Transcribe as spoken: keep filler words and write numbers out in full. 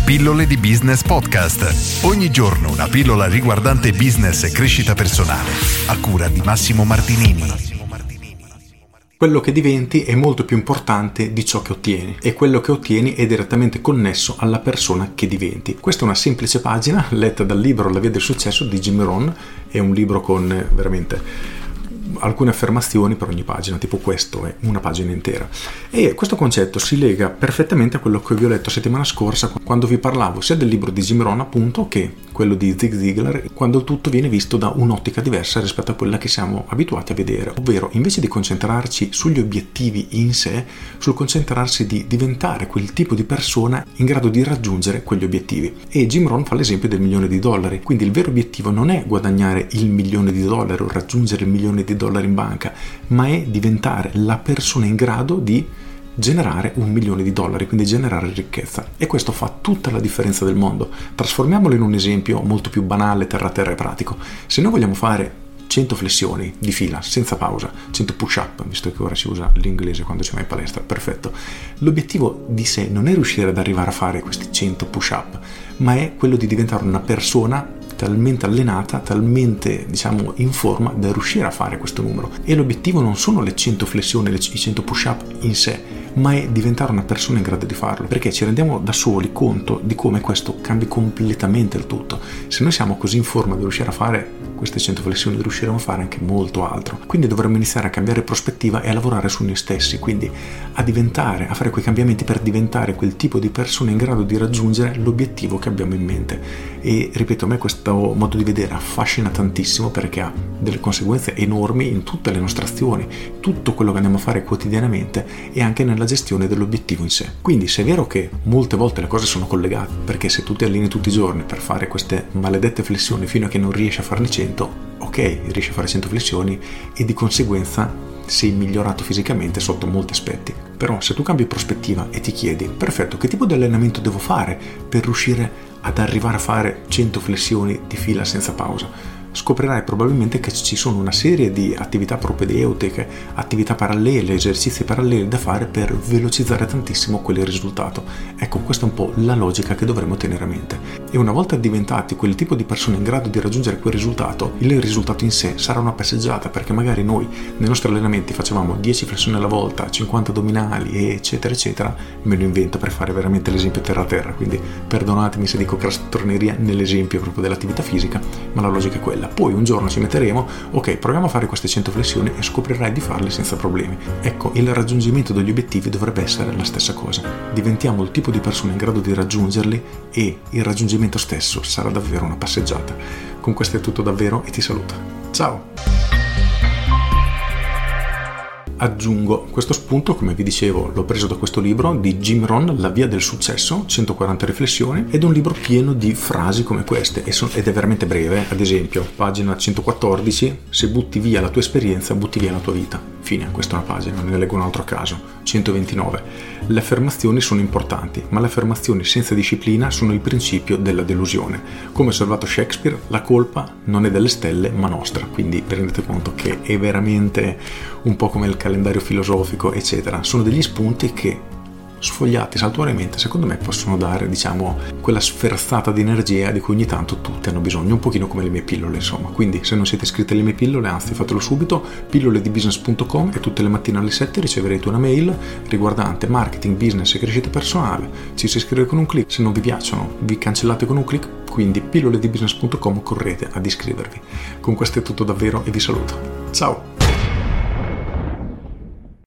Pillole di Business Podcast. Ogni giorno una pillola riguardante business e crescita personale. A cura di Massimo Martinini. Quello che diventi è molto più importante di ciò che ottieni e quello che ottieni è direttamente connesso alla persona che diventi. Questa è una semplice pagina letta dal libro La via del successo di Jim Rohn. È un libro con eh, veramente alcune affermazioni per ogni pagina, tipo questo è una pagina intera, e questo concetto si lega perfettamente a quello che vi ho letto settimana scorsa quando vi parlavo sia del libro di Jim Rohn appunto che quello di Zig Ziglar, quando tutto viene visto da un'ottica diversa rispetto a quella che siamo abituati a vedere, ovvero invece di concentrarci sugli obiettivi in sé, sul concentrarsi di diventare quel tipo di persona in grado di raggiungere quegli obiettivi. E Jim Rohn fa l'esempio del milione di dollari, quindi il vero obiettivo non è guadagnare il milione di dollari o raggiungere il milione di dollari in banca, ma è diventare la persona in grado di generare un milione di dollari, quindi generare ricchezza. E questo fa tutta la differenza del mondo. Trasformiamolo in un esempio molto più banale, terra a terra e pratico. Se noi vogliamo fare cento flessioni di fila senza pausa, cento push up, visto che ora si usa l'inglese quando si va in palestra, perfetto, l'obiettivo di sé non è riuscire ad arrivare a fare questi cento push up, ma è quello di diventare una persona talmente allenata, talmente diciamo in forma da riuscire a fare questo numero. E l'obiettivo non sono le cento flessioni, le, i cento push up in sé, ma è diventare una persona in grado di farlo, perché ci rendiamo da soli conto di come questo cambi completamente il tutto. Se noi siamo così in forma da riuscire a fare queste cento flessioni, riusciremo a fare anche molto altro. Quindi dovremmo iniziare a cambiare prospettiva e a lavorare su noi stessi, quindi a diventare, a fare quei cambiamenti per diventare quel tipo di persona in grado di raggiungere l'obiettivo che abbiamo in mente. E ripeto, a me questo modo di vedere affascina tantissimo, perché ha delle conseguenze enormi in tutte le nostre azioni, tutto quello che andiamo a fare quotidianamente e anche nella gestione dell'obiettivo in sé. Quindi se è vero che molte volte le cose sono collegate, perché se tu ti alleni tutti i giorni per fare queste maledette flessioni fino a che non riesci a farne cento, ok, riesci a fare cento flessioni e di conseguenza sei migliorato fisicamente sotto molti aspetti. Però se tu cambi prospettiva e ti chiedi, perfetto, che tipo di allenamento devo fare per riuscire ad arrivare a fare cento flessioni di fila senza pausa, scoprirai probabilmente che ci sono una serie di attività propedeutiche, attività parallele, esercizi paralleli da fare per velocizzare tantissimo quel risultato. Ecco, questa è un po' la logica che dovremmo tenere a mente. E una volta diventati quel tipo di persone in grado di raggiungere quel risultato, il risultato in sé sarà una passeggiata, perché magari noi nei nostri allenamenti facevamo dieci flessioni alla volta, cinquanta addominali, eccetera eccetera. Me lo invento per fare veramente l'esempio terra a terra, quindi perdonatemi se dico crastorneria nell'esempio proprio dell'attività fisica, ma la logica è quella. Poi un giorno ci metteremo, ok, proviamo a fare queste cento flessioni e scoprirai di farle senza problemi. Ecco, il raggiungimento degli obiettivi dovrebbe essere la stessa cosa. Diventiamo il tipo di persona in grado di raggiungerli e il raggiungimento stesso sarà davvero una passeggiata. Con questo è tutto davvero e ti saluto. Ciao! Aggiungo questo spunto, come vi dicevo, l'ho preso da questo libro di Jim Rohn, La via del successo, centoquaranta riflessioni, ed è un libro pieno di frasi come queste ed è veramente breve. Ad esempio, pagina centoquattordici, se butti via la tua esperienza, butti via la tua vita. Fine, questa è una pagina, ne leggo un altro a caso. centoventinove. Le affermazioni sono importanti, ma le affermazioni senza disciplina sono il principio della delusione. Come ha osservato Shakespeare, la colpa non è delle stelle ma nostra, quindi prendete conto che è veramente un po' come il calendario filosofico, eccetera. Sono degli spunti che, sfogliati saltuariamente, secondo me possono dare, diciamo, quella sferzata di energia di cui ogni tanto tutti hanno bisogno, un pochino come le mie pillole, insomma. Quindi se non siete iscritti alle mie pillole, anzi fatelo subito, pillole di business punto com, e tutte le mattine alle sette riceverete una mail riguardante marketing, business e crescita personale. Ci si iscrive con un click, se non vi piacciono vi cancellate con un click, quindi pillole di business punto com, correte ad iscrivervi. Con questo è tutto davvero e vi saluto. Ciao!